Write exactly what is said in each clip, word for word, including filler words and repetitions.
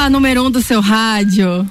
a número um do seu rádio.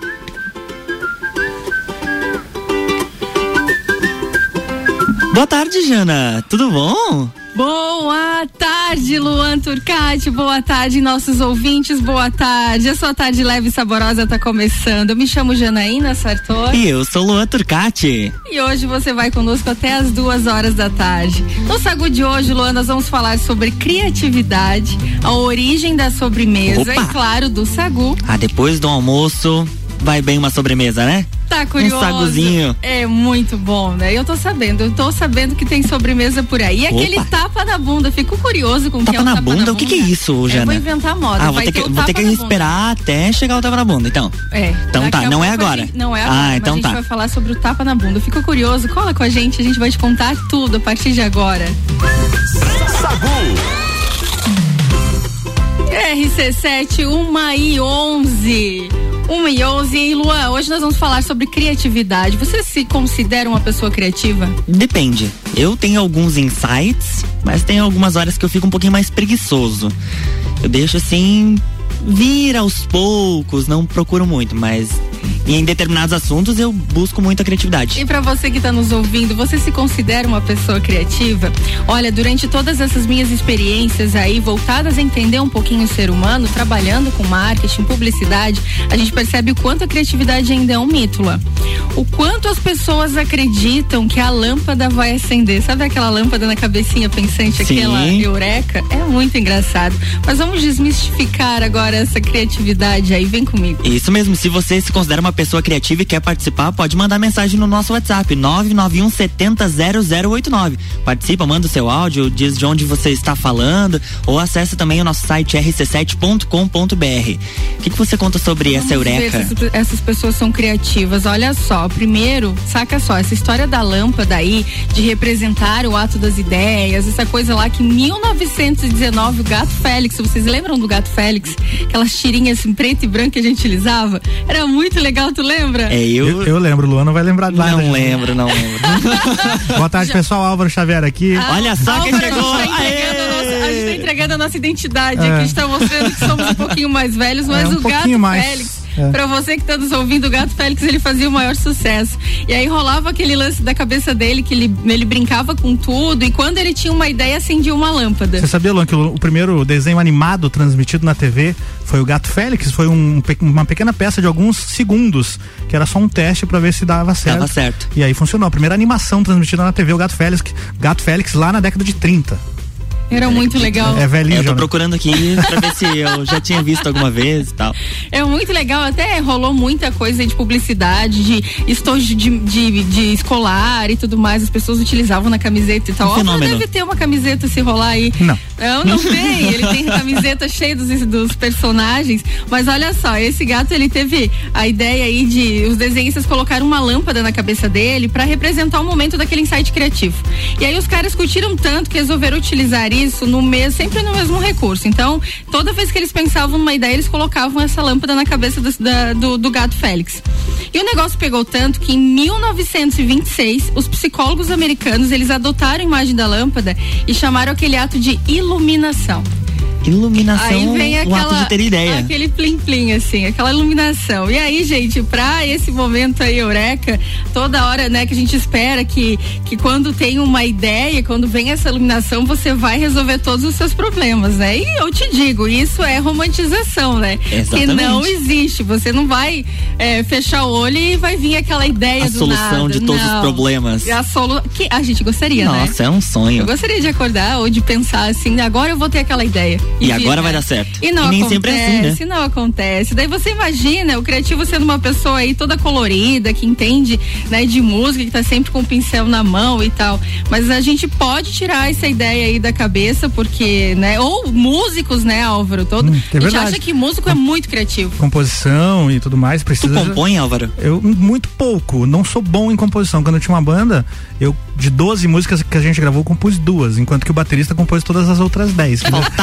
Boa tarde, Jana. Tudo bom? Boa tarde, Luan Turcati. Boa tarde, nossos ouvintes. Boa tarde. A sua tarde leve e saborosa tá começando. Eu me chamo Janaína Sartor. E eu sou Luan Turcati. E hoje você vai conosco até as duas horas da tarde. No Sagu de hoje, Luan, nós vamos falar sobre criatividade, a origem da sobremesa. Opa. E, claro, do Sagu. Ah, depois do almoço, vai bem uma sobremesa, né? Tá curioso? Um saguzinho. É muito bom, né? Eu tô sabendo, eu tô sabendo que tem sobremesa por aí. E aquele Opa. tapa na bunda, fico curioso com o que é o na tapa bunda? na bunda. O que que é isso, Jana? Eu vou inventar moda. Ah, vai vou ter que, ter vou ter que esperar bunda. até chegar o tapa na bunda, então. É. Então tá, não é agora. Gente, não é agora, ah, então mas a gente tá. vai falar sobre o tapa na bunda. Fico curioso, cola com a gente, a gente vai te contar tudo a partir de agora. Sagu. R C sete, uma e onze. uma e onze, e Luan, hoje nós vamos falar sobre criatividade. Você se considera uma pessoa criativa? Depende. Eu tenho alguns insights, mas tem algumas horas que eu fico um pouquinho mais preguiçoso. Eu deixo assim vir aos poucos, não procuro muito, mas em determinados assuntos eu busco muito a criatividade. E pra você que tá nos ouvindo, você se considera uma pessoa criativa? Olha, durante todas essas minhas experiências aí, voltadas a entender um pouquinho o ser humano, trabalhando com marketing, publicidade, a gente percebe o quanto a criatividade ainda é um mito, Luan. O quanto as pessoas acreditam que a lâmpada vai acender. Sabe aquela lâmpada na cabecinha pensante, Sim. aquela eureka? É muito engraçado. Mas vamos desmistificar agora essa criatividade aí, vem comigo. Isso mesmo, se você se considera uma pessoa criativa e quer participar, pode mandar mensagem no nosso WhatsApp, nove nove um sete zero zero zero oito nove. Participa, manda o seu áudio, diz de onde você está falando, ou acesse também o nosso site r c sete ponto com ponto b r. O que, que você conta sobre Vamos essa eureka? Ver se essas pessoas são criativas. Olha só, primeiro, saca só, essa história da lâmpada aí, de representar o ato das ideias, essa coisa lá que em mil novecentos e dezenove o Gato Félix, vocês lembram do Gato Félix? Aquelas tirinhas em preto e branco que a gente utilizava? Era muito legal, tu lembra? É, eu... eu... Eu lembro, Luan não vai lembrar de nada. Não lembro, não lembro. Boa tarde, Já... pessoal, Álvaro Xavier aqui. Ah, Olha só Álvaro, quem chegou. A gente, tá entregando a, nossa, a gente tá entregando a nossa identidade é. aqui, a gente tá mostrando que somos um pouquinho mais velhos, mas é, um o Gato mais. Félix, É. pra você que tá nos ouvindo, o Gato Félix, ele fazia o maior sucesso. E aí rolava aquele lance da cabeça dele, que ele, ele brincava com tudo, e quando ele tinha uma ideia, acendia uma lâmpada. Você sabia, Luan, que o, o primeiro desenho animado transmitido na T V foi o Gato Félix? Foi um, uma pequena peça de alguns segundos, que era só um teste pra ver se dava certo. Dava certo. E aí funcionou. A primeira animação transmitida na T V, o Gato Félix, Gato Félix lá na década de trinta. Era muito legal. É velhinho. Eu tô né? procurando aqui pra ver se eu já tinha visto alguma vez e tal. É muito legal, até rolou muita coisa de publicidade, de estojo de, de, de escolar e tudo mais, as pessoas utilizavam na camiseta e tal. Um Ó, deve ter uma camiseta se rolar aí. Não. Não, não tem, ele tem camiseta cheia dos, dos personagens, mas olha só, esse gato, ele teve a ideia aí de, os desenhistas colocaram uma lâmpada na cabeça dele pra representar o momento daquele insight criativo. E aí os caras curtiram tanto que resolveram utilizar isso no mesmo, sempre no mesmo recurso. Então, toda vez que eles pensavam numa ideia, eles colocavam essa lâmpada na cabeça do, da, do, do Gato Félix. E o negócio pegou tanto que em mil novecentos e vinte e seis, os psicólogos americanos, eles adotaram a imagem da lâmpada e chamaram aquele ato de iluminação. Iluminação, aí vem aquela, o ato de ter ideia. Aquele plim-plim, assim, aquela iluminação. E aí, gente, pra esse momento aí, eureka, toda hora, né, que a gente espera que, que quando tem uma ideia, quando vem essa iluminação, você vai resolver todos os seus problemas, né? E eu te digo, isso é romantização, né? Exatamente. Que não existe. Você não vai é, fechar o olho e vai vir aquela ideia a do solução nada. de todos não. os problemas. A solu... que a gente gostaria, Nossa, né? Nossa, é um sonho. Eu gostaria de acordar ou de pensar assim, agora eu vou ter aquela ideia. E, e agora vira. vai dar certo. E não e nem acontece, sempre é assim, né? não acontece. Daí você imagina o criativo sendo uma pessoa aí toda colorida, que entende, né, de música, que tá sempre com o pincel na mão e tal. Mas a gente pode tirar essa ideia aí da cabeça, porque, né, ou músicos, né, Álvaro, todo. Hum, é a gente verdade. acha que músico é muito criativo. Composição e tudo mais, precisa. Tu compõe, Álvaro? Eu, muito pouco, não sou bom em composição. Quando eu tinha uma banda, eu, de doze músicas que a gente gravou, eu compus duas, enquanto que o baterista compôs todas as outras dez. Faltava um negócio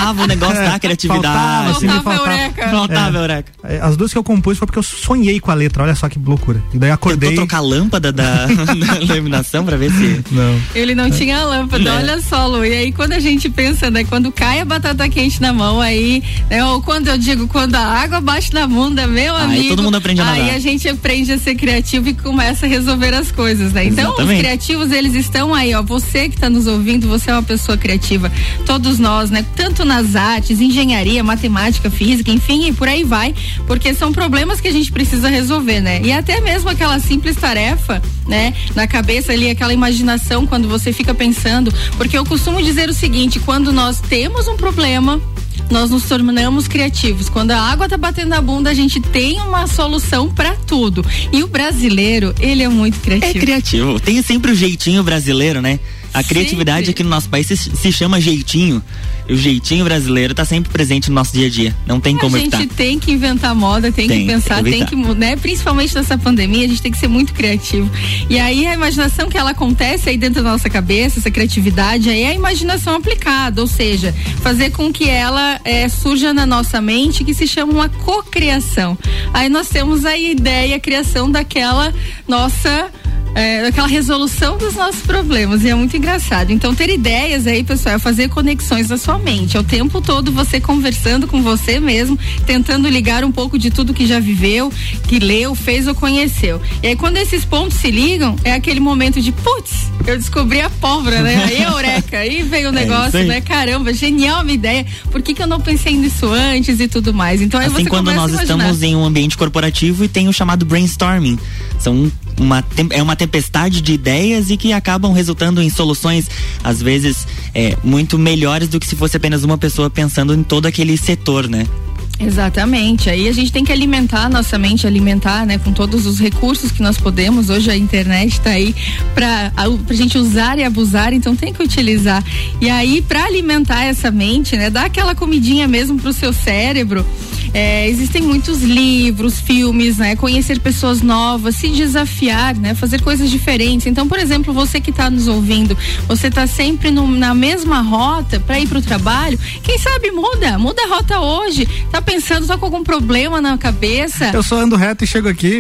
negócio da criatividade. Faltava, sim, Faltava faltava. eureka. Faltava, eureka. As duas que eu compus foi porque eu sonhei com a letra, olha só que loucura. E daí acordei. Tentou trocar a lâmpada da, da iluminação pra ver se... Não. Ele não tinha lâmpada, É. olha só, Lu. E aí quando a gente pensa, né, quando cai a batata quente na mão, aí, né, ou quando eu digo, quando a água bate na bunda, meu Aí amigo. todo mundo aprende a nadar. Aí a gente aprende a ser criativo e começa a resolver as coisas, né? Então, Exatamente. os criativos, eles estão aí, ó. Você que tá nos ouvindo, você é uma pessoa criativa. Todos nós, né? Tanto nas artes, engenharia, matemática, física, enfim, e por aí vai. Porque são problemas que a gente precisa resolver, né? E até mesmo aquela simples tarefa, né? Na cabeça ali, aquela imaginação quando você fica pensando. Porque eu costumo dizer o seguinte: quando nós temos um problema, nós nos tornamos criativos. Quando a água tá batendo na bunda, a gente tem uma solução pra tudo. E o brasileiro, ele é muito criativo. É criativo. Tem sempre o jeitinho brasileiro, né? A criatividade Sempre. aqui no nosso país se, se chama jeitinho. E o jeitinho brasileiro tá sempre presente no nosso dia a dia. Não tem como A gente evitar. tem que inventar moda, tem, Tem, que pensar, tem que tem que, né? Principalmente nessa pandemia, a gente tem que ser muito criativo. E aí a imaginação que ela acontece aí dentro da nossa cabeça, essa criatividade, aí é a imaginação aplicada, ou seja, fazer com que ela é, surja na nossa mente, que se chama uma cocriação. Aí nós temos a ideia, a criação daquela nossa É, aquela resolução dos nossos problemas, e é muito engraçado. Então, ter ideias aí, pessoal, é fazer conexões na sua mente, é o tempo todo você conversando com você mesmo, tentando ligar um pouco de tudo que já viveu, que leu, fez ou conheceu. E aí, quando esses pontos se ligam, é aquele momento de, putz, eu descobri a pólvora, né? Aí, eureka, aí veio o negócio, É né? Caramba, genial a minha ideia, por que que eu não pensei nisso antes e tudo mais? Então, aí Assim, você quando começa nós a imaginar. estamos em um ambiente corporativo e tem o chamado brainstorming. São uma, tem- é uma tempestade de ideias e que acabam resultando em soluções, às vezes, é, muito melhores do que se fosse apenas uma pessoa pensando em todo aquele setor, né? Exatamente, aí a gente tem que alimentar a nossa mente, alimentar, né, com todos os recursos que nós podemos. Hoje a internet tá aí pra, a, pra gente usar e abusar, então tem que utilizar. E aí, pra alimentar essa mente, né, dar aquela comidinha mesmo pro seu cérebro, é, existem muitos livros, filmes, né, conhecer pessoas novas, se desafiar, né, fazer coisas diferentes. Então, por exemplo, você que tá nos ouvindo, você tá sempre no, na mesma rota pra ir pro trabalho, quem sabe muda, muda a rota hoje, tá pensando, tá com algum problema na cabeça? Eu só ando reto e chego aqui.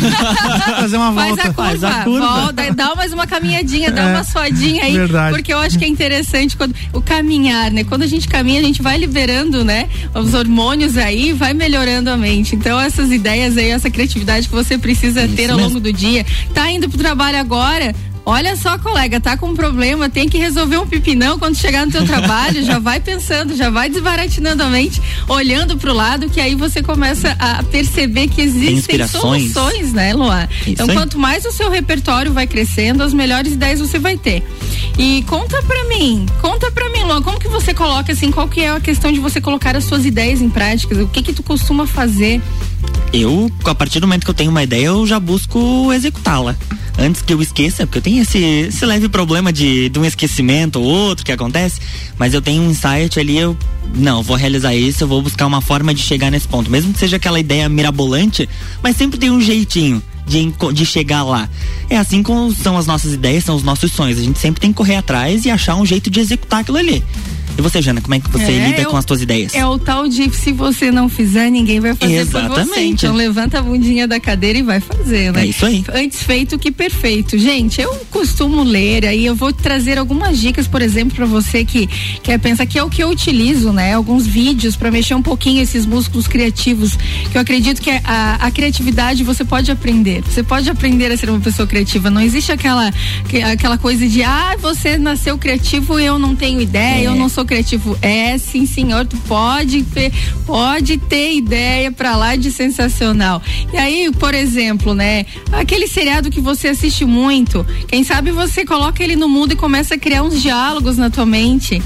fazer uma Faz volta. a curva, Faz a curva. volta, dá mais uma caminhadinha, dá É, uma suadinha aí, verdade. porque eu acho que é interessante quando o caminhar, né? Quando a gente caminha, a gente vai liberando, né? Os hormônios aí, vai melhorando a mente. Então essas ideias aí, essa criatividade que você precisa Isso ter ao mesmo. longo do dia, tá indo pro trabalho agora? Olha só, colega, tá com um problema, tem que resolver um pepinão quando chegar no teu trabalho, já vai pensando, já vai desbaratinando a mente, olhando pro lado, que aí você começa a perceber que existem inspirações. soluções, né, Luan? Então, aí. quanto mais o seu repertório vai crescendo, as melhores ideias você vai ter. E conta pra mim, conta pra mim, Luan, como que você coloca, assim, qual que é a questão de você colocar as suas ideias em práticas? O que que tu costuma fazer? Eu, a partir do momento que eu tenho uma ideia, eu já busco executá-la. Antes que eu esqueça, porque eu tenho esse, esse leve problema de, de um esquecimento ou outro que acontece, mas eu tenho um insight ali, eu, não, vou realizar isso, eu vou buscar uma forma de chegar nesse ponto. Mesmo que seja aquela ideia mirabolante, mas sempre tem um jeitinho de, enco- de chegar lá. É assim como são as nossas ideias, são os nossos sonhos. A gente sempre tem que correr atrás e achar um jeito de executar aquilo ali. E você, Jana, como é que você É, lida eu- com as suas ideias? É o tal de se você não fizer, ninguém vai fazer por você. Exatamente. Então levanta a bundinha da cadeira e vai fazer, né? É isso aí. Antes feito que perfeito. Gente, eu costumo ler, aí eu vou trazer algumas dicas, por exemplo, pra você que quer pensar, que é o que eu utilizo, né? Alguns vídeos pra mexer um pouquinho esses músculos criativos, que eu acredito que a, a criatividade você pode aprender. Você pode aprender a ser uma pessoa criativa. Não existe aquela, que- aquela coisa de, ah, você nasceu criativo e eu não tenho ideia, É. eu não sou criativo. É, sim, senhor, tu pode ter, pode ter ideia pra lá de sensacional. E aí, por exemplo, né, aquele seriado que você assiste muito, quem sabe você coloca ele no mudo e começa a criar uns diálogos na tua mente.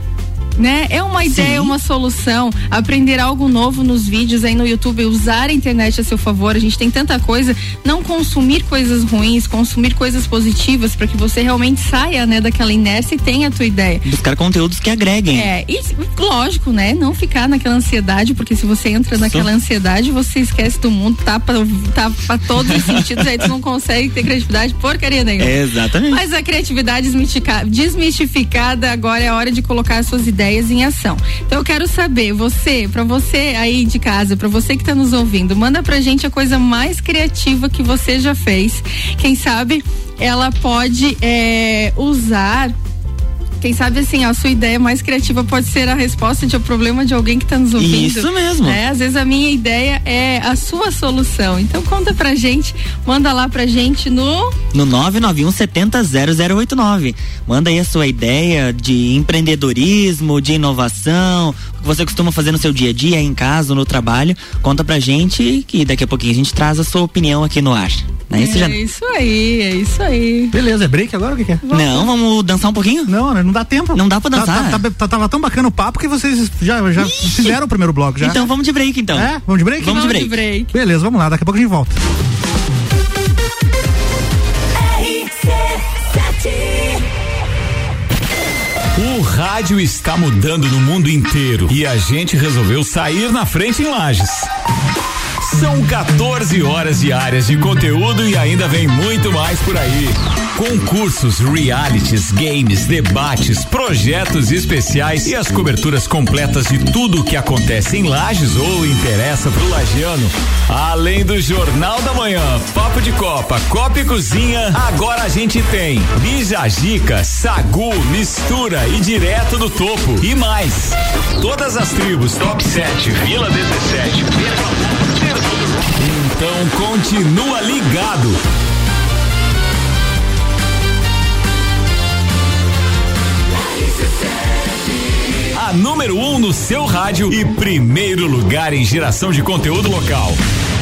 Né? É uma ideia, Sim. uma solução. Aprender algo novo nos vídeos aí no YouTube, usar a internet a seu favor. A gente tem tanta coisa. Não consumir coisas ruins, consumir coisas positivas para que você realmente saia, né, daquela inércia e tenha a tua ideia. Buscar conteúdos que agreguem. É, e lógico, né? Não ficar naquela ansiedade, porque se você entra naquela ansiedade, você esquece do mundo, tá pra, tá pra todos os sentidos, aí tu não consegue ter criatividade porcaria nenhuma. É, exatamente. Mas a criatividade desmistifica- desmistificada, agora é a hora de colocar as suas ideias ideias em ação. Então eu quero saber, você, pra você aí de casa, pra você que tá nos ouvindo, manda pra gente a coisa mais criativa que você já fez. Quem sabe ela pode é, usar. Quem sabe assim, a sua ideia mais criativa pode ser a resposta de um problema de alguém que está nos ouvindo. Isso mesmo. É, às vezes a minha ideia é a sua solução. Então conta pra gente, manda lá pra gente no... No nove nove um setenta zero zero oito nove. Manda aí a sua ideia de empreendedorismo, de inovação, o que você costuma fazer no seu dia a dia, em casa ou no trabalho. Conta pra gente que daqui a pouquinho a gente traz a sua opinião aqui no ar. Não é isso, já... É isso aí, é isso aí. Beleza, é break agora ou o que, que é? Não, vamos dançar um pouquinho? Não, não dá tempo. Não dá pra dançar. Tá, tá, tá, tava tão bacana o papo que vocês já, já fizeram o primeiro bloco já. Então vamos de break então. É? Vamos de break? Vamos, vamos de, break. de break. Beleza, vamos lá, daqui a pouco a gente volta. O rádio está mudando no mundo inteiro e a gente resolveu sair na frente em Lages. São quatorze horas diárias de conteúdo e ainda vem muito mais por aí. Concursos, realities, games, debates, projetos especiais e as coberturas completas de tudo o que acontece em Lages ou interessa pro lagiano. Além do Jornal da Manhã, Papo de Copa, Copa e Cozinha, agora a gente tem Bijagica, Sagu, Mistura e Direto do Topo e mais. Todas as tribos, Top sete, Vila dezessete, então continua ligado. A número um no seu rádio e primeiro lugar em geração de conteúdo local.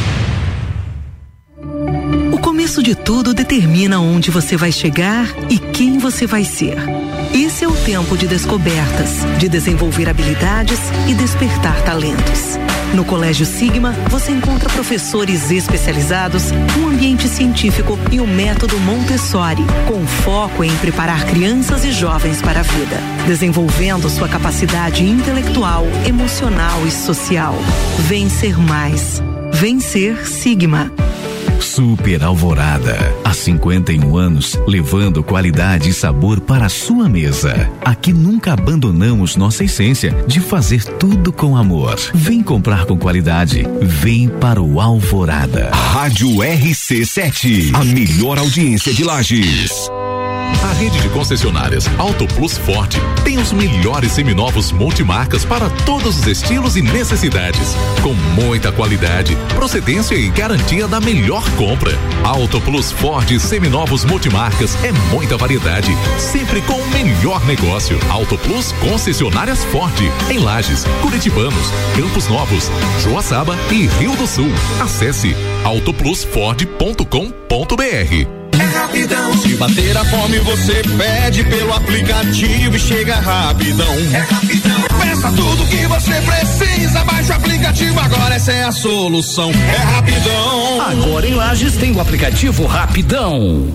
O começo de tudo determina onde você vai chegar e quem você vai ser. Esse é o tempo de descobertas, de desenvolver habilidades e despertar talentos. No Colégio Sigma, você encontra professores especializados, um ambiente científico e o método Montessori, com foco em preparar crianças e jovens para a vida, desenvolvendo sua capacidade intelectual, emocional e social. Vencer mais. Vencer Sigma. Super Alvorada, há cinquenta e um anos, levando qualidade e sabor para a sua mesa. Aqui nunca abandonamos nossa essência de fazer tudo com amor. Vem comprar com qualidade, vem para o Alvorada. Rádio R C sete, a melhor audiência de Lages. A rede de concessionárias Auto Plus Ford tem os melhores seminovos multimarcas para todos os estilos e necessidades, com muita qualidade, procedência e garantia da melhor compra. Auto Plus Ford seminovos multimarcas é muita variedade, sempre com o melhor negócio. Auto Plus Concessionárias Ford, em Lages, Curitibanos, Campos Novos, Joaçaba e Rio do Sul. Acesse auto plus ford ponto com ponto b r. É rapidão. Se bater a fome, você pede pelo aplicativo e chega rapidão. É rapidão. Peça tudo que você precisa, baixa o aplicativo agora, essa é a solução. É rapidão. Agora em Lages tem o aplicativo Rapidão.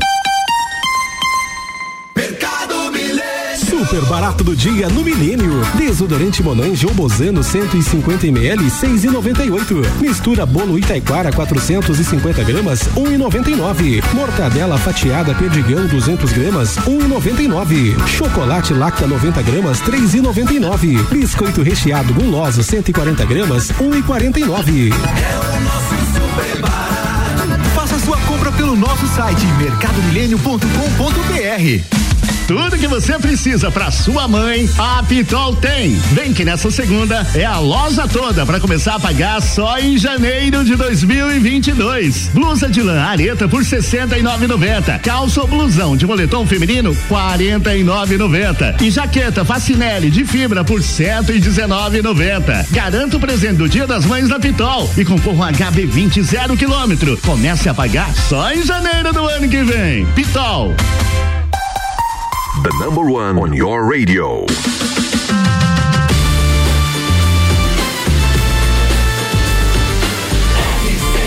Super barato do dia no Milênio. Desodorante Monange Obozano cento e cinquenta mililitros, seis e noventa e oito. Mistura bolo Itaiquara quatrocentos e cinquenta gramas, um e noventa e nove. Mortadela fatiada Perdigão duzentos gramas, um e noventa e nove. Chocolate Lacta noventa gramas, três e noventa e nove. Biscoito recheado Guloso cento e quarenta gramas, um e quarenta e nove. É o nosso super barato. Faça sua compra pelo nosso site mercado milênio ponto com ponto b r. Tudo que você precisa para sua mãe, a Pitol tem. Vem que nessa segunda é a loja toda para começar a pagar só em janeiro de dois mil e vinte e dois. Blusa de lã Areta por sessenta e nove reais e noventa centavos. Calça ou blusão de moletom feminino quarenta e nove reais e noventa centavos. E jaqueta Facinelli de fibra por cento e dezenove reais e noventa centavos. Garanta o presente do Dia das Mães da Pitol e concorra um H B vinte zero quilômetro. Comece a pagar só em janeiro do ano que vem. Pitol. The number one on your radio.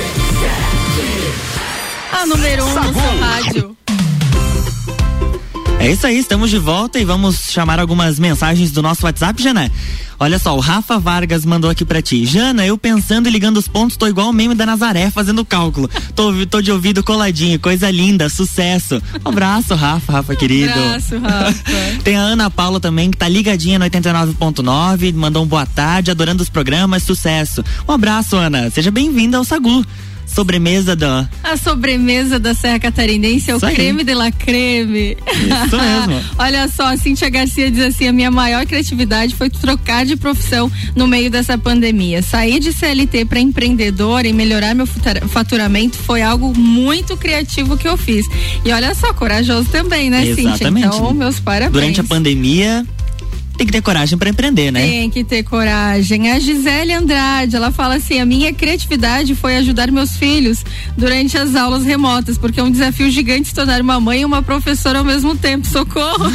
A número um no seu rádio. É isso aí, estamos de volta e vamos chamar algumas mensagens do nosso WhatsApp, Jana. Olha só, o Rafa Vargas mandou aqui pra ti. Jana, eu pensando e ligando os pontos, tô igual o meme da Nazaré fazendo cálculo. Tô, tô de ouvido coladinho, coisa linda, sucesso. Um abraço, Rafa, Rafa querido. Um abraço, Rafa. Tem a Ana Paula também, que tá ligadinha no oitenta e nove ponto nove, mandou um boa tarde, adorando os programas, sucesso. Um abraço, Ana, seja bem-vinda ao Sagu. Sobremesa da... A sobremesa da Serra Catarinense é o Isso aí. creme de la creme. Isso mesmo. Olha só, a Cíntia Garcia diz assim, a minha maior criatividade foi trocar de profissão no meio dessa pandemia. Sair de C L T para empreendedora e melhorar meu faturamento foi algo muito criativo que eu fiz. E olha só, corajoso também, né, Cíntia? Exatamente. Então, meus parabéns. Durante a pandemia... Tem que ter coragem para empreender, né? Tem que ter coragem. A Gisele Andrade, ela fala assim, a minha criatividade foi ajudar meus filhos durante as aulas remotas, porque é um desafio gigante se tornar uma mãe e uma professora ao mesmo tempo. Socorro!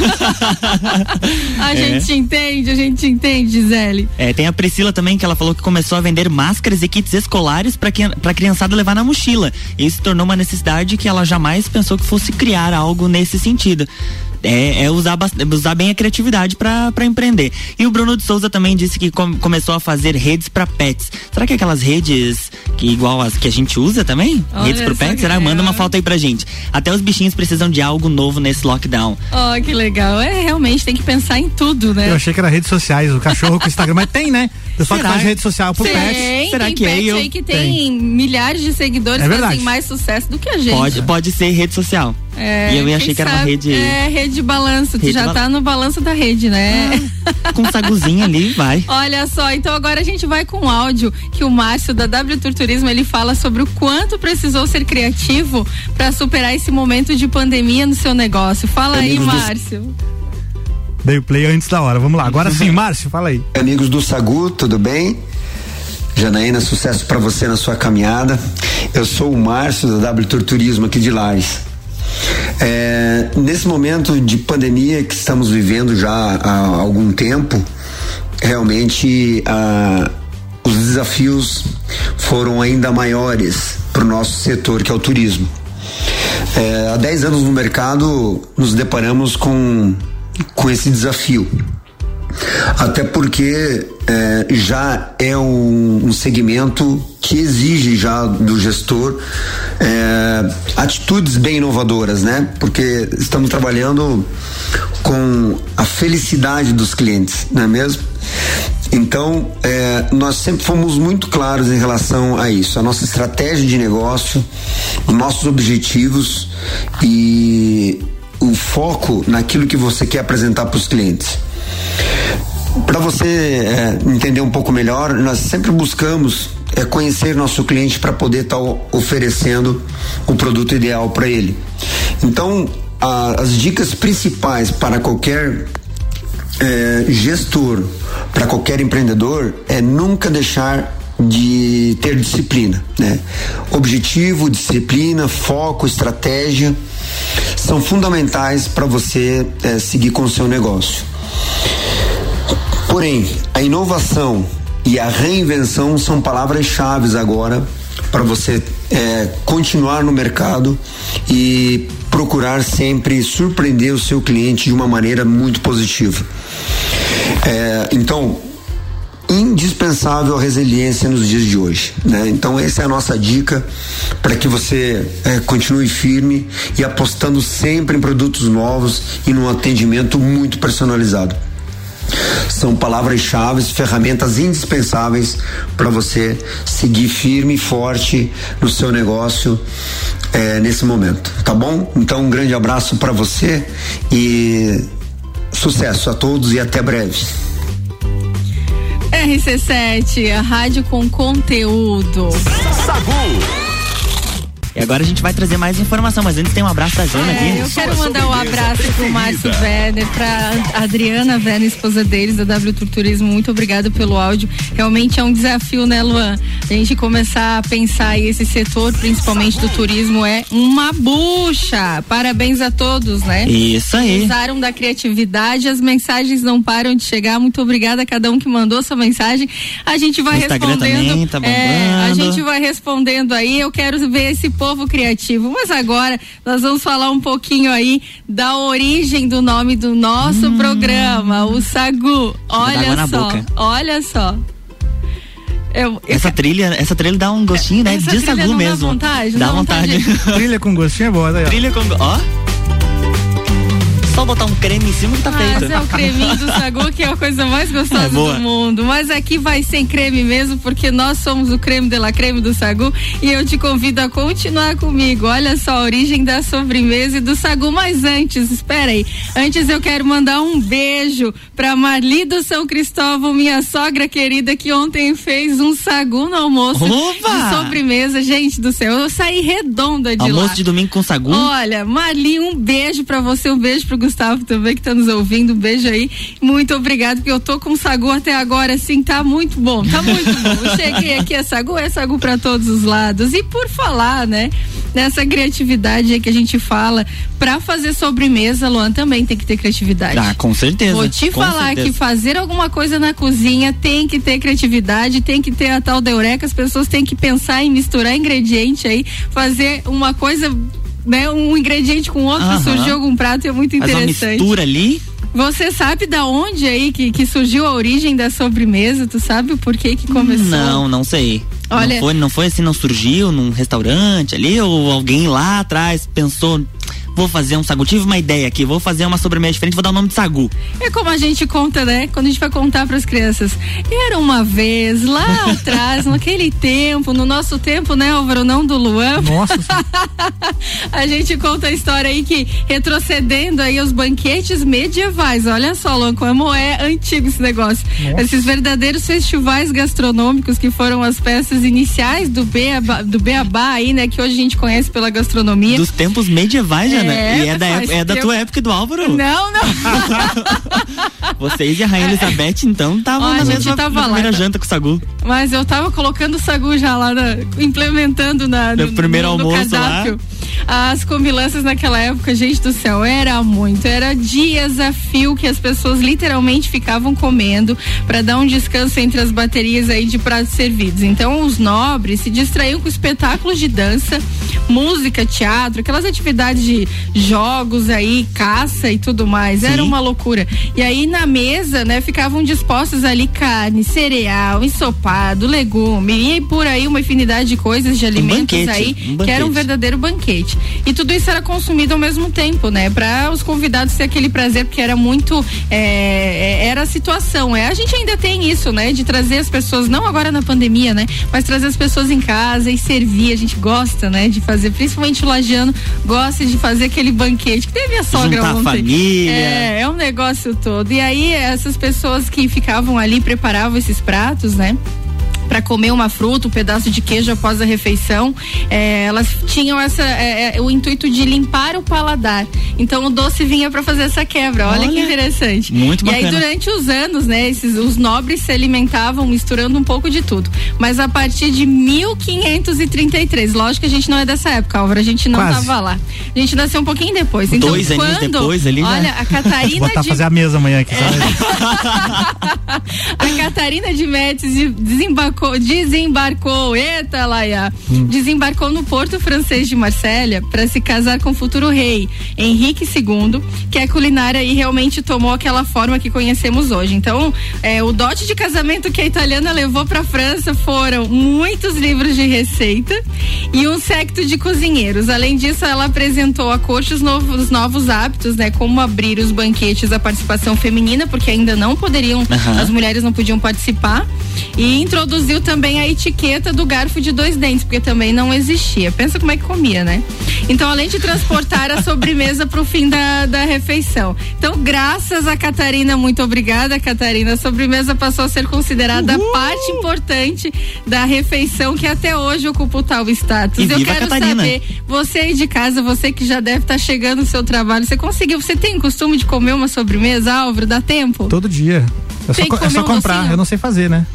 a é. gente entende, a gente entende, Gisele. É, tem a Priscila também, que ela falou que começou a vender máscaras e kits escolares para a criançada levar na mochila. Isso se tornou uma necessidade que ela jamais pensou que fosse criar algo nesse sentido. É, é usar, usar bem a criatividade para empreender. E o Bruno de Souza também disse que com, começou a fazer redes para pets. Será que é aquelas redes que igual as que a gente usa também? Olha, redes pro pets? Será? Manda uma foto aí pra gente. Até os bichinhos precisam de algo novo nesse lockdown. Oh, que legal. É, realmente tem que pensar em tudo, né? Eu achei que era redes sociais, o cachorro com o Instagram, mas tem, né? Pessoal que faz rede social pro tem, pet. Será tem que pet é eu? aí que tem, tem milhares de seguidores é que têm mais sucesso do que a gente. Pode, pode ser rede social. É, e eu achei que era sabe, uma rede. É, rede de balanço. Rede Tu já ba... tá no balanço da rede, né? Ah, com um saguzinho ali, vai. Olha só, então agora a gente vai com um áudio que o Márcio da W Tour Turismo, ele fala sobre o quanto precisou ser criativo para superar esse momento de pandemia no seu negócio. Fala aí, Márcio. Dei o play antes da hora, vamos lá. Agora sim, Márcio, fala aí. Amigos do Sagu, tudo bem? Janaína, sucesso para você na sua caminhada. Eu sou o Márcio da W Tour Turismo aqui de Lares. É, nesse momento de pandemia que estamos vivendo já há algum tempo, realmente ah, os desafios foram ainda maiores para o nosso setor, que é o turismo. É, há dez anos no mercado nos deparamos com, com esse desafio. Até porque é, já é um, um segmento que exige já do gestor é, atitudes bem inovadoras, né? Porque estamos trabalhando com a felicidade dos clientes, não é mesmo? Então, é, nós sempre fomos muito claros em relação a isso, a nossa estratégia de negócio, os nossos objetivos e o foco naquilo que você quer apresentar para os clientes. Para você é, entender um pouco melhor, nós sempre buscamos é, conhecer nosso cliente para poder estar tá oferecendo o produto ideal para ele. Então, a, as dicas principais para qualquer é, gestor, para qualquer empreendedor, é nunca deixar de ter disciplina, né? Objetivo, disciplina, foco, estratégia são fundamentais para você é, seguir com o seu negócio. Porém, a inovação e a reinvenção são palavras-chave agora para você é, continuar no mercado e procurar sempre surpreender o seu cliente de uma maneira muito positiva. É, então, indispensável a resiliência nos dias de hoje, né? Então essa é a nossa dica para que você é, continue firme e apostando sempre em produtos novos e num atendimento muito personalizado. São palavras-chave, ferramentas indispensáveis para você seguir firme e forte no seu negócio é, nesse momento, tá bom? Então um grande abraço para você e sucesso a todos e até breve. R C sete, a rádio com conteúdo. Sagu. E agora a gente vai trazer mais informação, mas antes tem um abraço da Jana aqui. É, eu quero mandar um abraço pro Márcio Werner, pra Adriana Werner, esposa deles, da W Tour Turismo. Muito obrigada pelo áudio. Realmente é um desafio, né, Luan? A gente começar a pensar aí esse setor, principalmente do turismo, é uma bucha. Parabéns a todos, né? Isso aí. Usaram da criatividade, as mensagens não param de chegar. Muito obrigada a cada um que mandou sua mensagem. A gente vai o Instagram respondendo. Também tá bombando. É, a gente vai respondendo aí. Eu quero ver esse povo povo criativo. Mas agora nós vamos falar um pouquinho aí da origem do nome do nosso hum. programa, o Sagu. Olha só, olha só. Eu, essa, eu... trilha, essa trilha dá um gostinho, né? Essa de Sagu não mesmo. Dá vontade, dá dá vontade. vontade. Trilha com gostinho é boa, daí, ó. Trilha com. Ó. Só botar um creme em cima que tá ah, feito. Esse é o creminho do Sagu, que é a coisa mais gostosa é do mundo. Mas aqui vai sem creme mesmo, porque nós somos o creme de la creme do Sagu. E eu te convido a continuar comigo. Olha só a origem da sobremesa e do Sagu. Mas antes, espera aí. Antes eu quero mandar um beijo pra Marli do São Cristóvão, minha sogra querida, que ontem fez um Sagu no almoço. Opa! De sobremesa. Gente do céu, eu saí redonda de almoço lá. Almoço de domingo com Sagu? Olha, Marli, um beijo pra você, um beijo pro Gustavo também, que tá nos ouvindo, um beijo aí, muito obrigado, porque eu tô com Sagu até agora, assim, tá muito bom, tá muito bom, eu cheguei aqui, é Sagu, é Sagu pra todos os lados. E por falar, né, nessa criatividade aí que a gente fala, pra fazer sobremesa, Luan, também tem que ter criatividade. Ah, com certeza. Vou te com falar certeza. que fazer alguma coisa na cozinha tem que ter criatividade, tem que ter a tal da eureka, as pessoas têm que pensar em misturar ingrediente aí, fazer uma coisa, né, um ingrediente com outro, uh-huh. surgiu algum prato, é muito interessante. Faz uma mistura ali. Você sabe da onde aí que, que surgiu a origem da sobremesa? Tu sabe o porquê que começou? Não, não sei. Olha, não foi, não foi assim, não surgiu num restaurante ali, ou alguém lá atrás pensou, vou fazer um Sagu, tive uma ideia aqui, vou fazer uma sobremesa diferente, vou dar o nome de Sagu. É como a gente conta, né? Quando a gente vai contar para as crianças. Era uma vez, lá atrás, naquele tempo, no nosso tempo, né, Álvaro, não do Luan. Nossa. A gente conta a história aí que, retrocedendo aí os banquetes medievais, olha só, Luan, como é antigo esse negócio. Nossa. Esses verdadeiros festivais gastronômicos que foram as peças iniciais do Beabá, do Beabá aí, né, que hoje a gente conhece pela gastronomia. Dos tempos medievais, já. É, e é da, época, é da tua época e do Álvaro? Não, não. Vocês e a Rainha Elizabeth, então, estavam na mesma tava na lá, primeira tá? janta com o Sagu. Mas eu tava colocando o Sagu já lá, na, implementando na, no, no primeiro no, no almoço cardápio. Lá. As comilanças naquela época, gente do céu, era muito, era dias a fio que as pessoas literalmente ficavam comendo para dar um descanso entre as baterias aí de pratos servidos. Então os nobres se distraíam com espetáculos de dança, música, teatro, aquelas atividades de jogos aí, caça e tudo mais. Sim. Era uma loucura. E aí na mesa, né, ficavam dispostos ali carne, cereal, ensopado, legume e por aí uma infinidade de coisas, de alimentos um banquete, aí, um que era um verdadeiro banquete. E tudo isso era consumido ao mesmo tempo, né? Para os convidados ter aquele prazer, porque era muito, é, era a situação. É, a gente ainda tem isso, né? De trazer as pessoas, não agora na pandemia, né? Mas trazer as pessoas em casa e servir. A gente gosta, né? De fazer, principalmente o lagiano gosta de fazer aquele banquete que teve a sogra juntar ontem. A família. É, é um negócio todo. E aí essas pessoas que ficavam ali preparavam esses pratos, né? Para comer uma fruta, um pedaço de queijo após a refeição, é, elas tinham essa é, é, o intuito de limpar o paladar. Então o doce vinha para fazer essa quebra. Olha, Olha que interessante. Muito e bacana. aí durante os anos, né, esses os nobres se alimentavam misturando um pouco de tudo. Mas a partir de mil quinhentos e trinta e três, lógico que a gente não é dessa época, Álvaro, a gente não Quase. tava lá. A gente nasceu um pouquinho depois. Então, Dois quando, anos depois ali. Olha, já... a Catarina Vou de fazer a mesa amanhã aqui. É. A Catarina de Médici desembarcou, desembarcou, eita Laia, hum. desembarcou no Porto Francês de Marsella para se casar com o futuro rei Henrique segundo, que a culinária aí realmente tomou aquela forma que conhecemos hoje. Então, é, o dote de casamento que a italiana levou para a França foram muitos livros de receita e um séquito de cozinheiros. Além disso, ela apresentou à corte os novos, novos hábitos, né, como abrir os banquetes à participação feminina, porque ainda não poderiam, uhum. as mulheres não podiam participar, e introduziu também a etiqueta do garfo de dois dentes, porque também não existia. Pensa como é que comia, né? Então, além de transportar a sobremesa para o fim da, da refeição. Então, graças a Catarina, muito obrigada, Catarina, a sobremesa passou a ser considerada Uhul. parte importante da refeição, que até hoje ocupa o tal status. E Eu viva quero Catarina. saber, você aí de casa, você que já deve estar tá chegando no seu trabalho, você conseguiu, você tem costume de comer uma sobremesa, Álvaro? Dá tempo? Todo dia. É só, é só comprar, docinho? Eu não sei fazer, né?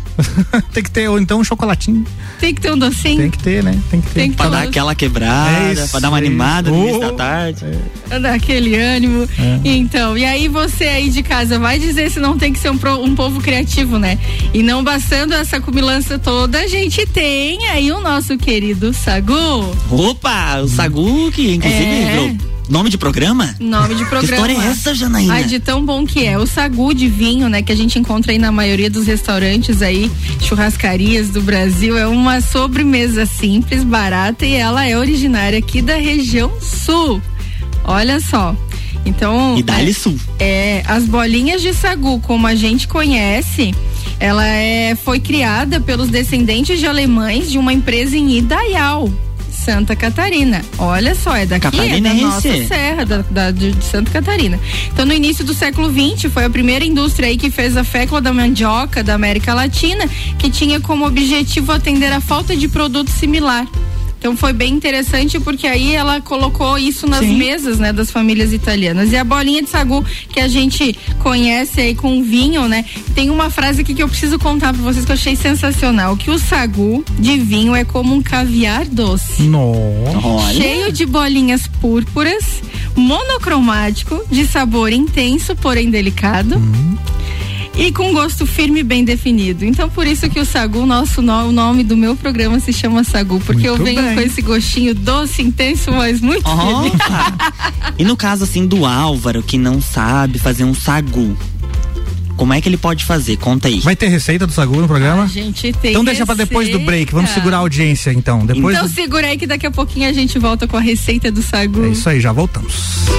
Tem que ter, ou então um chocolatinho. Tem que ter um docinho. Tem que ter, né? Tem que ter. Tem que pra ter dar um aquela quebrada, é isso, pra dar uma é animada isso. no início Oh, da tarde. Pra dar aquele ânimo. É. Então, e aí você aí de casa vai dizer se não tem que ser um, pro, um povo criativo, né? E não bastando essa cumilança toda, a gente tem aí o nosso querido Sagu. Opa, o Sagu, que inclusive É. virou nome de programa? Nome de programa. Que história é essa, Janaína? Ai, de tão bom que é. O Sagu de vinho, né, que a gente encontra aí na maioria dos restaurantes aí, churrascarias do Brasil, é uma sobremesa simples, barata e ela é originária aqui da região sul. Olha só. Então, E dá-lhe sul. É, as bolinhas de sagu, como a gente conhece, ela é, foi criada pelos descendentes de alemães de uma empresa em Idaial, Santa Catarina. Olha só, é daqui, é da nossa serra, da, da, de Santa Catarina. Então, no início do século vinte, foi a primeira indústria aí que fez a fécula da mandioca da América Latina, que tinha como objetivo atender a falta de produto similar. Então foi bem interessante porque aí ela colocou isso nas Sim. mesas, né, das famílias italianas. E a bolinha de sagu que a gente conhece aí com vinho, né, tem uma frase aqui que eu preciso contar pra vocês que eu achei sensacional, que o sagu de vinho é como um caviar doce. Nossa. Cheio de bolinhas púrpuras, monocromático, de sabor intenso, porém delicado. Hum. E com gosto firme e bem definido. Então, por isso que o Sagu, nosso no, o nome do meu programa se chama Sagu, porque muito eu venho bem. Com esse gostinho doce, intenso, mas muito oh, feliz. E no caso, assim, do Álvaro, que não sabe fazer um sagu, como é que ele pode fazer? Conta aí. Vai ter receita do sagu no programa? A gente tem Então deixa receita. Pra depois do break, vamos segurar a audiência então. Depois então do... segura aí que daqui a pouquinho a gente volta com a receita do sagu. É isso aí, já voltamos.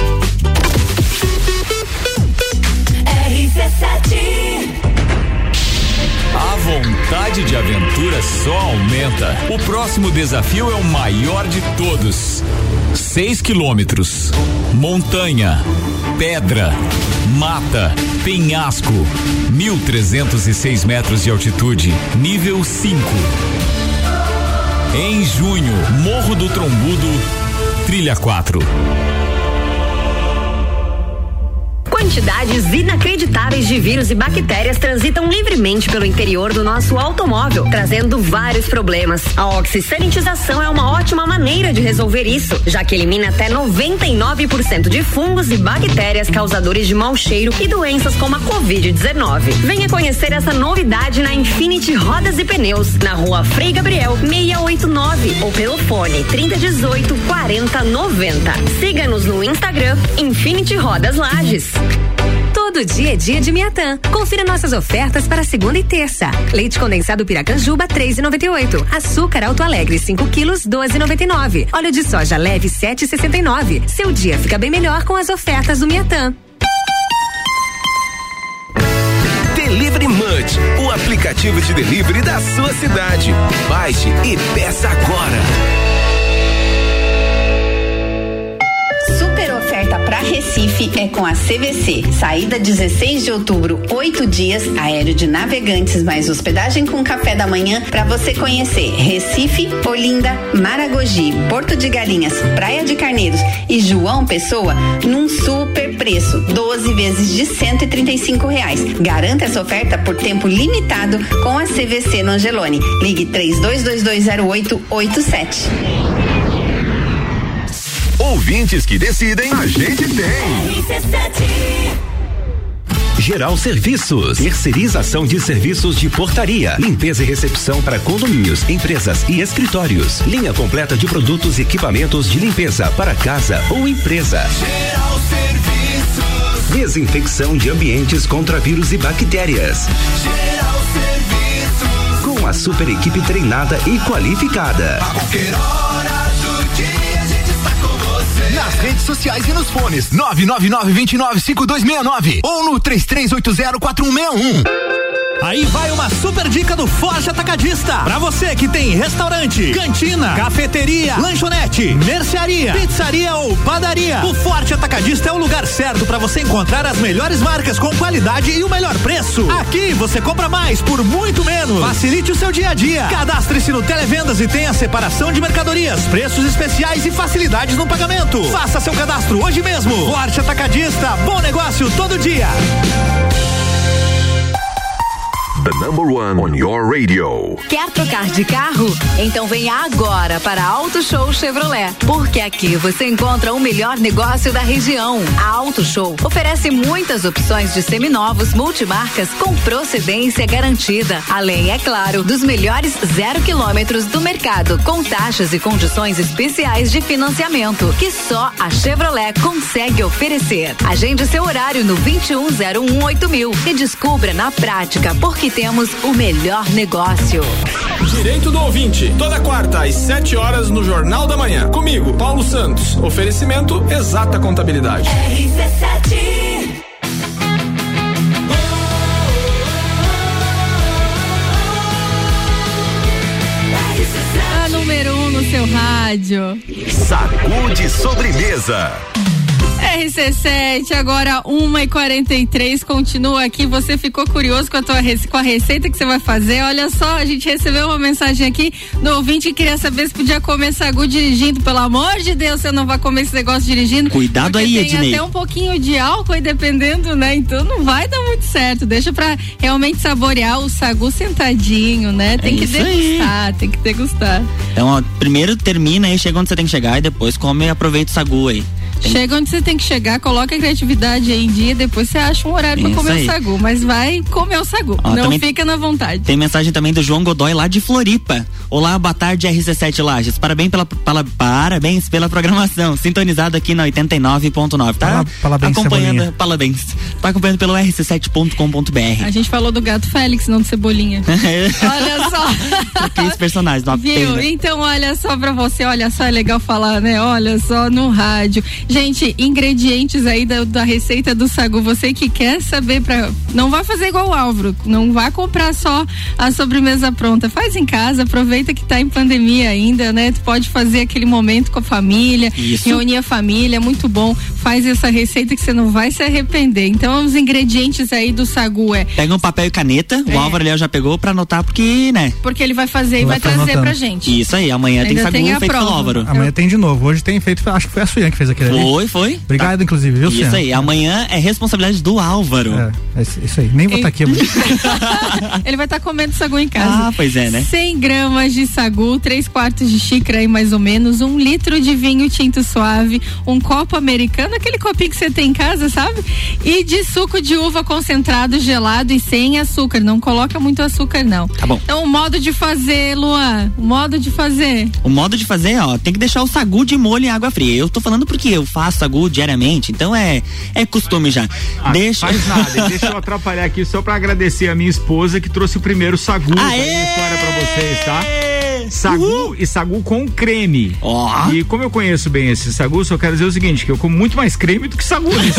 R C sete. A vontade de aventura só aumenta. O próximo desafio é o maior de todos. Seis quilômetros. Montanha, pedra, mata, penhasco. Mil trezentos e seis metros de altitude. Nível cinco. Em junho, Morro do Trombudo, trilha quatro. Quantidades inacreditáveis de vírus e bactérias transitam livremente pelo interior do nosso automóvel, trazendo vários problemas. A oxisanitização é uma ótima maneira de resolver isso, já que elimina até noventa e nove por cento de fungos e bactérias causadores de mau cheiro e doenças como a covid dezenove. Venha conhecer essa novidade na Infinity Rodas e Pneus, na rua Frei Gabriel, seiscentos e oitenta e nove, ou pelo fone trinta dezoito, quarenta noventa. Siga-nos no Instagram, Infinity Rodas Lages. Todo dia é dia de Miatã. Confira nossas ofertas para segunda e terça. Leite condensado Piracanjuba três e noventa e oito. Açúcar Alto Alegre cinco quilos doze e noventa e nove. Óleo de soja leve sete e sessenta e nove. Seu dia fica bem melhor com as ofertas do Miatã. Delivery Munch, o aplicativo de delivery da sua cidade. Baixe e peça agora. Super oferta para Recife é com a C V C. Saída dezesseis de outubro, oito dias, aéreo de Navegantes mais hospedagem com café da manhã para você conhecer Recife, Olinda, Maragogi, Porto de Galinhas, Praia de Carneiros e João Pessoa num super preço, doze vezes de cento e trinta e cinco reais. Garanta essa oferta por tempo limitado com a C V C no Angelone. Ligue três dois dois dois zero oito oito sete. Ouvintes que decidem, a gente tem. Geral Serviços, terceirização de serviços de portaria, limpeza e recepção para condomínios, empresas e escritórios. Linha completa de produtos e equipamentos de limpeza para casa ou empresa. Geral Serviços. Desinfecção de ambientes contra vírus e bactérias. Geral Serviços. Com a super equipe treinada e qualificada. A qualquer hora do dia. Nas redes sociais e nos fones nove nove nove, dois nove cinco dois seis nove ou no três três oito zero quatro um seis um. Aí vai uma super dica do Forte Atacadista. Pra você que tem restaurante, cantina, cafeteria, lanchonete, mercearia, pizzaria ou padaria. O Forte Atacadista é o lugar certo pra você encontrar as melhores marcas com qualidade e o melhor preço. Aqui você compra mais por muito menos. Facilite o seu dia a dia. Cadastre-se no Televendas e tenha separação de mercadorias, preços especiais e facilidades no pagamento. Faça seu cadastro hoje mesmo. Forte Atacadista, bom negócio todo dia. the number one on your radio. Quer trocar de carro? Então venha agora para Auto Show Chevrolet, porque aqui você encontra o melhor negócio da região. A Auto Show oferece muitas opções de seminovos multimarcas com procedência garantida, além, é claro, dos melhores zero quilômetros do mercado, com taxas e condições especiais de financiamento que só a Chevrolet consegue oferecer. Agende seu horário no vinte e um zero um oito mil e descubra na prática porque temos o melhor negócio. Direito do ouvinte, toda quarta às sete horas no Jornal da Manhã. Comigo, Paulo Santos. Oferecimento Exata Contabilidade. R C sete. A número um no seu rádio. Sagu de sobremesa. R C sete, agora uma e quarenta e três, continua aqui. Você ficou curioso com a tua com a receita que você vai fazer? Olha só, a gente recebeu uma mensagem aqui do ouvinte que queria saber se podia comer sagu dirigindo. Pelo amor de Deus, você não vai comer esse negócio dirigindo. Cuidado aí, tem Ednei. até um pouquinho de álcool aí, dependendo, né? Então não vai dar muito certo. Deixa pra realmente saborear o sagu sentadinho, né? Tem É que isso degustar, aí. tem que degustar. Então, ó, primeiro termina aí, chega onde você tem que chegar e depois come e aproveita o sagu aí. Tem... Chega onde você tem que chegar, coloca a criatividade aí em dia, depois você acha um horário Isso pra comer aí. o sagu, mas vai comer o sagu, Ó, não também fica na vontade. Tem mensagem também do João Godoy lá de Floripa. Olá, boa tarde, R C sete Lages. Parabéns pela, pela, parabéns pela programação. Sintonizado aqui na oitenta e nove ponto nove. Tá Parabéns, acompanhando, Cebolinha. parabéns. Tá acompanhando pelo r c sete ponto com ponto b r. A gente falou do gato Félix, não do Cebolinha. Olha só. Aqueles personagens, não Viu? pena. Então, olha só pra você, olha só, é legal falar, né? Olha só no rádio. Gente, ingredientes aí da, da receita do sagu, você que quer saber pra... Não vai fazer igual o Álvaro, não vai comprar só a sobremesa pronta, faz em casa, aproveita que tá em pandemia ainda, né? Tu pode fazer aquele momento com a família, Isso. reunir a família, é muito bom, faz essa receita que você não vai se arrepender. Então, os ingredientes aí do sagu é... Pega um papel e caneta, É. o Álvaro Léo já pegou pra anotar porque, né? Porque ele vai fazer e Vai vai tá trazer anotando. pra gente. Isso aí, amanhã Ainda tem sagu tem a feito pelo prova. Álvaro. Amanhã tem de novo. Hoje tem feito, acho que foi a Suyan que fez aquele ali. Foi, foi. Obrigado, Tá. inclusive, viu, Isso Suyan? aí, amanhã é responsabilidade do Álvaro. É, é isso aí. Nem vou estar aqui amanhã. Ele vai estar tá comendo sagu em casa. Ah, pois é, né? cem gramas de sagu, três quartos de xícara aí mais ou menos, um litro de vinho tinto suave, um copo americano, aquele copinho que você tem em casa, sabe? E de suco de uva concentrado, gelado e sem açúcar. Não coloca muito açúcar, não. Tá bom. Então, o modo de fazer, Luan, o modo de fazer. O modo de fazer, ó, tem que deixar o sagu de molho em água fria. Eu tô falando porque eu faço sagu diariamente, então é é costume já. Ah, Deixa... Faz nada, deixa eu atrapalhar aqui só pra agradecer a minha esposa que trouxe o primeiro sagu da minha história pra vocês, tá? Sagu Uhul. e sagu com creme. Ó. E como eu conheço bem esse sagu, só quero dizer o seguinte, que eu como muito mais creme do que sagu nesse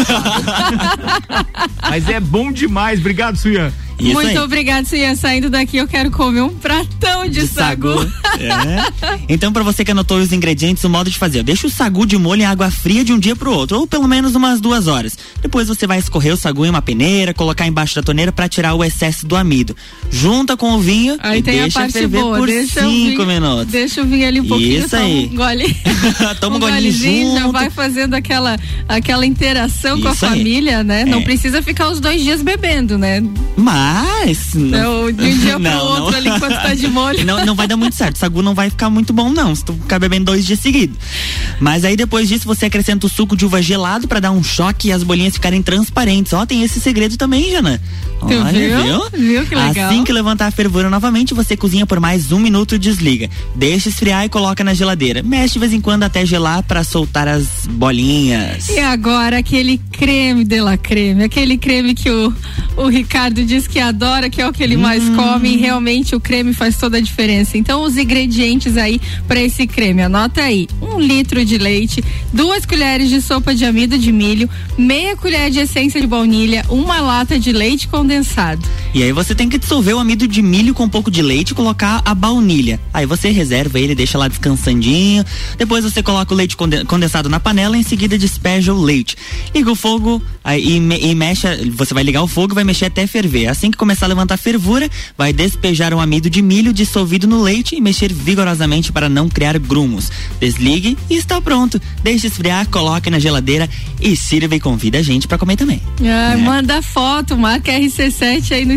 Mas é bom demais. Obrigado, Suyan. Isso Muito aí. obrigado, Suyan. Saindo daqui, eu quero comer um pratão de, De sagu. sagu. É. Então, pra você que anotou os ingredientes, o modo de fazer, deixa o sagu de molho em água fria de um dia pro outro, ou pelo menos umas duas horas. Depois você vai escorrer o sagu em uma peneira, colocar embaixo da torneira pra tirar o excesso do amido. Junta com o vinho Aí e tem deixa a parte ferver boa, por deixa o cinco vinho, minutos. Deixa o vinho ali um pouquinho, Isso toma aí. um gole. Toma um golinho golezinho, já junto. vai fazendo aquela, aquela interação com a Isso aí. família, né? Não É. precisa ficar os dois dias bebendo, né? Mas... Não, de um dia pro Não, outro não. ali enquanto tá de molho. Não, não vai dar muito certo. O sagu não vai ficar muito bom, não. Se tu ficar bebendo dois dias seguidos. Mas aí depois disso você acrescenta o suco de uva gelado pra dar um choque e as bolinhas ficarem transparentes. Ó, tem esse segredo também, Jana. Tu Olha, viu? Viu que legal? Assim que levantar a fervura novamente, você cozinha por mais um minuto e desliga. Deixa esfriar e coloca na geladeira. Mexe de vez em quando até gelar pra soltar as bolinhas. E agora aquele creme de la creme, aquele creme que o, o Ricardo diz que adora, que é o que ele mais Hum. come, e realmente o creme faz toda a diferença. Então os ingredientes aí para esse creme, anota aí: um litro de leite, duas colheres de sopa de amido de milho, meia colher de essência de baunilha, uma lata de leite condensado. E aí você tem que dissolver o amido de milho com um pouco de leite e colocar a baunilha. Aí você reserva ele, deixa lá descansandinho. Depois você coloca o leite conde- condensado na panela e em seguida despeja o leite. Liga o fogo aí, e, me, e mexe, você vai ligar o fogo e vai mexer até ferver. Assim que começar a levantar a fervura, vai despejar um amido de milho dissolvido no leite e mexer vigorosamente para não criar grumos. Desligue e está pronto. Deixe esfriar, coloque na geladeira e sirva e convida a gente para comer também. Ah, É. Manda foto, marca R C sete aí no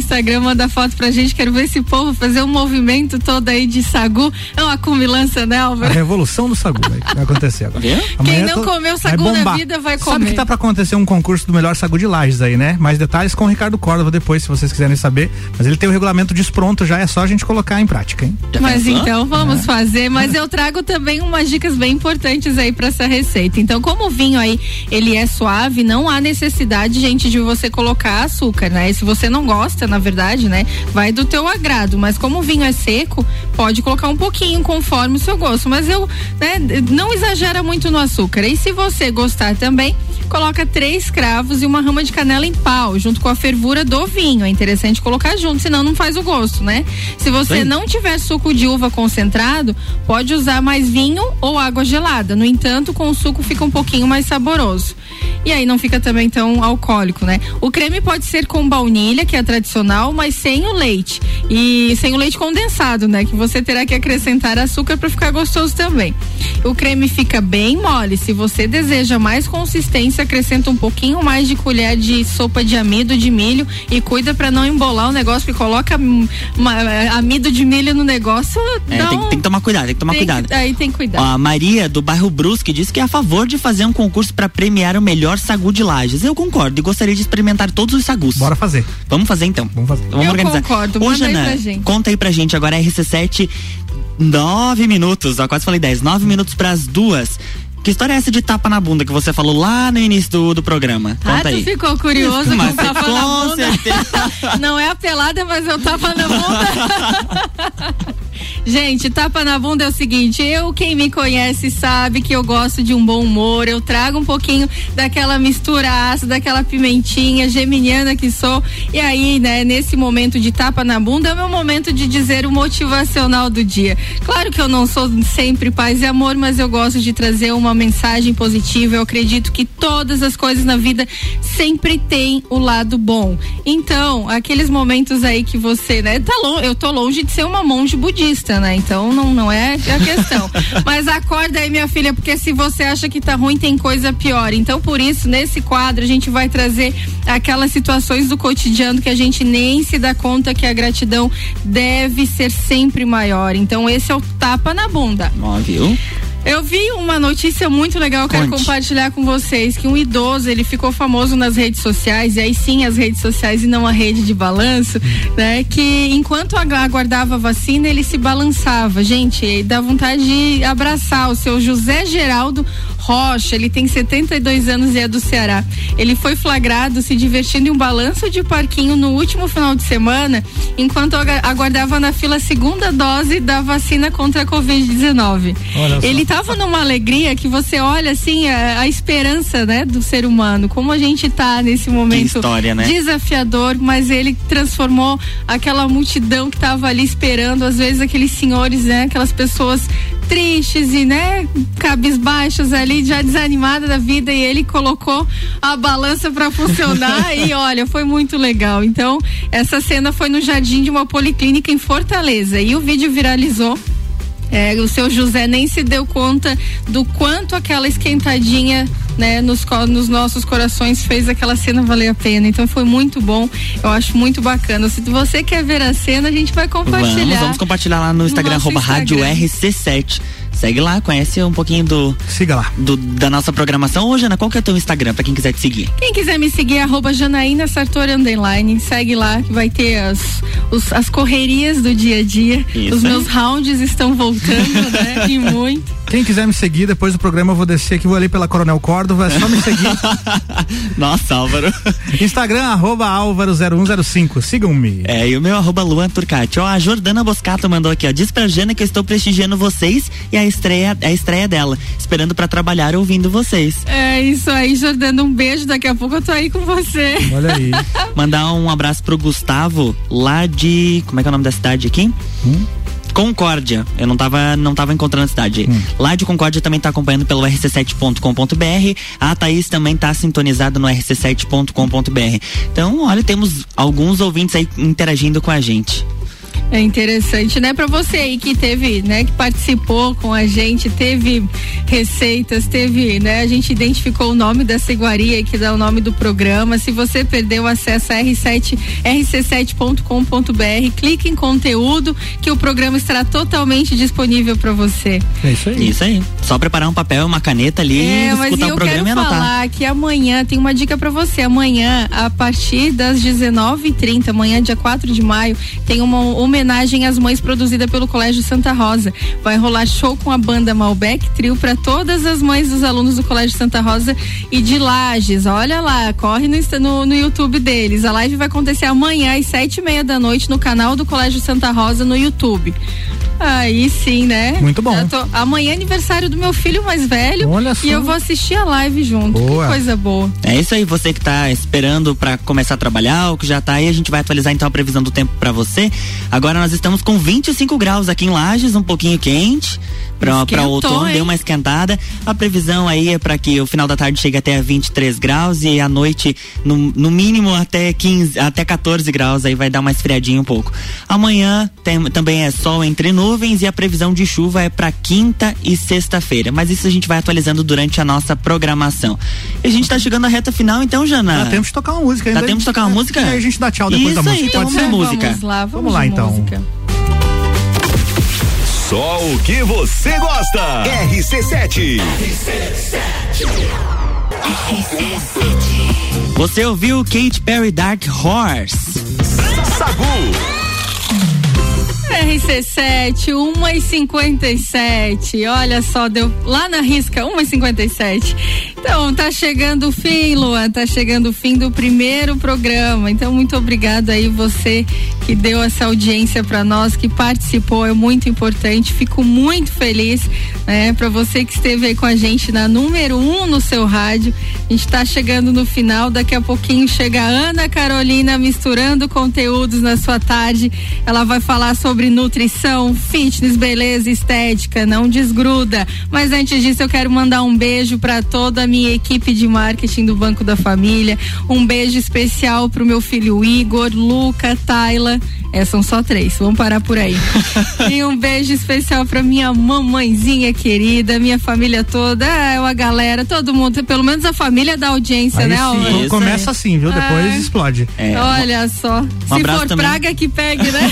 Instagram, manda foto pra gente. Quero ver esse povo fazer um movimento todo aí de sagu. É uma comilança, né, Álvaro? A revolução do sagu vai acontecer agora. Quem não comeu sagu na vida vai comer. Sabe que tá pra acontecer um concurso do melhor sagu de Lages aí, né? Mais detalhes com o Ricardo Córdova depois, se vocês quiserem saber. Mas ele tem o regulamento pronto já, é só a gente colocar em prática, hein? Mas então vamos é. fazer. Mas eu trago também umas dicas bem importantes aí pra essa receita. Então, como o vinho aí, ele é suave, não há necessidade, gente, de você colocar açúcar, né? E se você não gosta, na verdade, né? Vai do teu agrado. Mas como o vinho é seco, pode colocar um pouquinho conforme o seu gosto. Mas eu, né, não exagera muito no açúcar. E se você gostar também, coloca três cravos e uma rama de canela em pau, junto com a fervura do vinho. É interessante colocar junto, senão não faz o gosto, né? Se você Sim. não tiver suco de uva concentrado, pode usar mais vinho ou água gelada. No entanto, com o suco fica um pouquinho mais saboroso. E aí não fica também tão alcoólico, né? O creme pode ser com baunilha, que é tradicional, mas sem o leite. E sem o leite condensado, né? Que você terá que acrescentar açúcar para ficar gostoso também. O creme fica bem mole. Se você deseja mais consistência, acrescenta um pouquinho mais de colher de sopa de amido de milho e cuida para não embolar o negócio, que coloca uma, amido de milho no negócio. É, não... tem, tem que tomar cuidado, tem que tomar tem, cuidado. Aí tem que cuidar. Ó, a Maria do bairro Brusque disse que é a favor de fazer um concurso para premiar o melhor sagu de Lages. Eu concordo e gostaria de experimentar todos os sagus. Bora fazer. Vamos fazer então. Vamos fazer. Vamos Eu organizar. concordo. Ô, Manda Jana, aí pra gente. conta aí pra gente agora, R C sete, nove minutos, ó, quase falei dez, nove minutos pras duas. Que história é essa de tapa na bunda que você falou lá no início do, do programa? Conta ah, tu aí. ficou curioso com Mas o tapa na com bunda? certeza. Não é a pelada, mas é o tapa na bunda. Gente, tapa na bunda é o seguinte, eu, quem me conhece sabe que eu gosto de um bom humor, eu trago um pouquinho daquela mistura ácida, daquela pimentinha geminiana que sou, e aí, né, nesse momento de tapa na bunda é o meu momento de dizer o motivacional do dia. Claro que eu não sou sempre paz e amor, mas eu gosto de trazer uma mensagem positiva. Eu acredito que todas as coisas na vida sempre tem o lado bom. Então, aqueles momentos aí que você, né, tá longe, eu tô longe de ser uma monge budista, né? Então não, não é a questão. Mas acorda aí, minha filha, porque se você acha que tá ruim, tem coisa pior. Então, por isso, nesse quadro, a gente vai trazer aquelas situações do cotidiano que a gente nem se dá conta que a gratidão deve ser sempre maior. Então, esse é o tapa na bunda. Ó, viu? Eu vi uma notícia muito legal, eu quero Conte. compartilhar com vocês, que um idoso, ele ficou famoso nas redes sociais, e aí sim as redes sociais e não a rede de balanço, né? Que enquanto aguardava a vacina, ele se balançava. Gente, dá vontade de abraçar o seu José Geraldo Rocha, ele tem setenta e dois anos e é do Ceará. Ele foi flagrado se divertindo em um balanço de parquinho no último final de semana, enquanto aguardava na fila a segunda dose da vacina contra a covid dezenove. Ele estava numa alegria que você olha assim a, a esperança, né, do ser humano, como a gente tá nesse momento que história, né? desafiador, mas ele transformou aquela multidão que estava ali esperando, às vezes aqueles senhores, né, aquelas pessoas tristes e, né, cabisbaixos ali, já desanimada da vida, e ele colocou a balança para funcionar e olha, foi muito legal. Então, essa cena foi no jardim de uma policlínica em Fortaleza e o vídeo viralizou. É, o seu José nem se deu conta do quanto aquela esquentadinha, né, nos, nos nossos corações fez aquela cena valer a pena. Então foi muito bom, eu acho muito bacana. Se você quer ver a cena, a gente vai compartilhar. Vamos, vamos compartilhar lá no Instagram, no arroba rádio R C sete. Segue lá, conhece um pouquinho do. Siga lá. Do, da nossa programação. Ô, Jana, qual que é o teu Instagram pra quem quiser te seguir? Quem quiser me seguir, arroba Janaína Sartori Underline. Segue lá, que vai ter as, os, as correrias do dia a dia. Isso Os aí. meus rounds estão voltando, né? E muito. Quem quiser me seguir, depois do programa eu vou descer aqui, vou ali pela Coronel Córdova, é só me seguir. Nossa, Álvaro. Instagram, arroba Álvaro zero um zero cinco, sigam-me. É, e o meu arroba Luan Turcati. Ó, a Jordana Boscato mandou aqui, ó, diz pra Jana que eu estou prestigiando vocês e a estreia, a estreia dela, esperando pra trabalhar ouvindo vocês. É isso aí, Jordana, um beijo, daqui a pouco eu tô aí com você. Olha aí. Mandar um abraço pro Gustavo, lá de, como é que é o nome da cidade aqui? Hum? Concórdia, eu não tava, não tava encontrando a cidade. Hum. Lá de Concórdia também tá acompanhando pelo r c sete ponto com ponto b r. A Thaís também tá sintonizada no r c sete ponto com ponto b r. Então, olha, temos alguns ouvintes aí interagindo com a gente. É interessante, né? Pra você aí que teve, né, que participou com a gente, teve receitas, teve, né? A gente identificou o nome dessa iguaria que dá o nome do programa. Se você perdeu, acessa r sete r c sete ponto com ponto b r, clique em conteúdo que o programa estará totalmente disponível pra você. É isso aí. Isso aí. Só preparar um papel, uma caneta ali, é, escutar mas o eu programa quero e anotar. falar que amanhã tem uma dica pra você. Amanhã, a partir das dezenove e trinta, amanhã, dia quatro de maio, tem uma homenagem às mães produzida pelo Colégio Santa Rosa. Vai rolar show com a banda Malbec Trio para todas as mães dos alunos do Colégio Santa Rosa e de Lages. Olha lá, corre no, no, no YouTube deles. A live vai acontecer amanhã às sete e meia da noite no canal do Colégio Santa Rosa no YouTube. Aí sim, né? Muito bom. Tô, amanhã é aniversário do meu filho mais velho. Olha só. E eu vou assistir a live junto. Boa. Que coisa boa. É isso aí, você que tá esperando pra começar a trabalhar ou que já tá aí, a gente vai atualizar então a previsão do tempo pra você. Agora nós estamos com vinte e cinco graus aqui em Lages, um pouquinho quente. Pra, pra outono, deu uma esquentada. A previsão aí é pra que o final da tarde chegue até vinte e três graus e à noite, no, no mínimo, até quinze, até quatorze graus, aí vai dar uma esfriadinha um pouco. Amanhã tem, também é sol entre nuvens e a previsão de chuva é pra quinta e sexta-feira. Mas isso a gente vai atualizando durante a nossa programação. E a gente tá chegando à reta final, então, Jana. Dá tempo de tocar uma música ainda. Dá tempo de tocar uma música? E aí a gente dá tchau depois isso da aí, música. então Pode vamos ser? de música. Vamos lá, vamos, Vamos lá, de então. música. Só o que você gosta. R C sete. Você ouviu Katy Perry Dark Horse? Sagu. R C sete, uma e cinquenta e sete. Olha só, deu lá na risca, uma e cinquenta e sete. Então, tá chegando o fim, Luan, tá chegando o fim do primeiro programa. Então, muito obrigado aí você que deu essa audiência pra nós, que participou, é muito importante. Fico muito feliz, né, pra você que esteve aí com a gente na número um no seu rádio. A gente tá chegando no final, daqui a pouquinho chega a Ana Carolina misturando conteúdos na sua tarde. Ela vai falar sobre nutrição, fitness, beleza, estética, não desgruda. Mas antes disso eu quero mandar um beijo para toda a minha equipe de marketing do Banco da Família, um beijo especial pro meu filho Igor, Luca, Tayla. É, são só três, vamos parar por aí. E um beijo especial pra minha mamãezinha querida, minha família toda, a galera, todo mundo, pelo menos a família da audiência, aí né, sim, Álvaro? começa assim, viu? Depois Ai. explode. É, Olha só, um se for também. praga que pegue, né?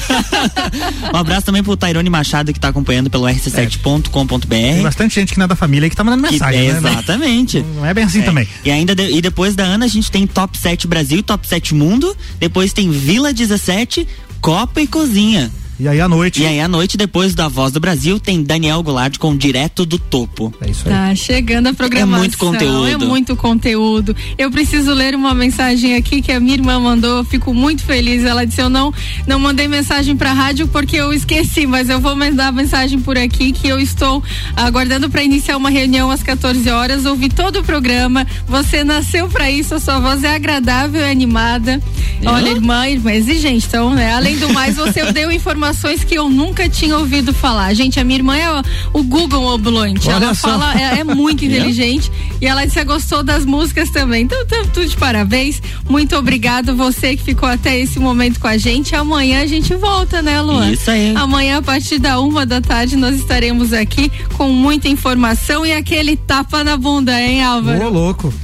Um abraço também pro Tairone Machado que tá acompanhando pelo r c sete ponto com ponto b r. Tem bastante gente que não é da família que tá mandando mensagem, que, é, né? Exatamente. Não é bem assim é. também. E ainda de, e depois da Ana a gente tem Top sete Brasil, Top sete Mundo, depois tem Vila dezessete, Copa e Cozinha. E aí à noite. E aí à noite, depois da Voz do Brasil, tem Daniel Goulart com Direto do Topo. É isso aí. Tá chegando a programação. É muito conteúdo. É muito conteúdo. Eu preciso ler uma mensagem aqui que a minha irmã mandou. Eu fico muito feliz. Ela disse: eu não, não mandei mensagem pra rádio porque eu esqueci, mas eu vou mandar mensagem por aqui que eu estou aguardando pra iniciar uma reunião às quatorze horas. Ouvi todo o programa. Você nasceu pra isso, a sua voz é agradável e animada. Eu? Olha, irmã, irmã exigente. Então, né? Além do mais, você deu informações que eu nunca tinha ouvido falar. Gente, a minha irmã é o, o Google ambulante. Olha ela só. fala, é, é muito inteligente e ela disse que gostou das músicas também. Então, tá tudo de parabéns. Muito obrigado você que ficou até esse momento com a gente. Amanhã a gente volta, né, Luan? Isso aí. Amanhã, a partir da uma da tarde, nós estaremos aqui com muita informação e aquele tapa na bunda, hein, Álvaro? Ô, louco.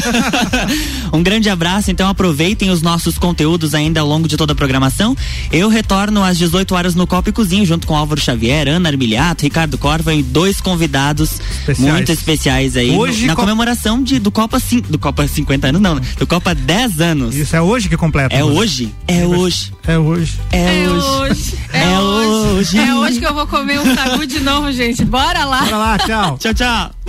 Um grande abraço, então aproveitem os nossos conteúdos ainda ao longo de toda a programação. Eu retorno às dezoito horas no Copa e Cozinha, junto com Álvaro Xavier, Ana Armiliato, Ricardo Corva e dois convidados Especiais. muito especiais aí Hoje, no, na co- comemoração de, do Copa cin- do Copa cinquenta anos, não, do Copa dez anos. Isso é hoje que completa. É hoje? É hoje. É hoje. É, É hoje. hoje. É, É hoje. hoje. É hoje que eu vou comer um sagu de novo, gente. Bora lá. Bora lá, tchau. Tchau, tchau.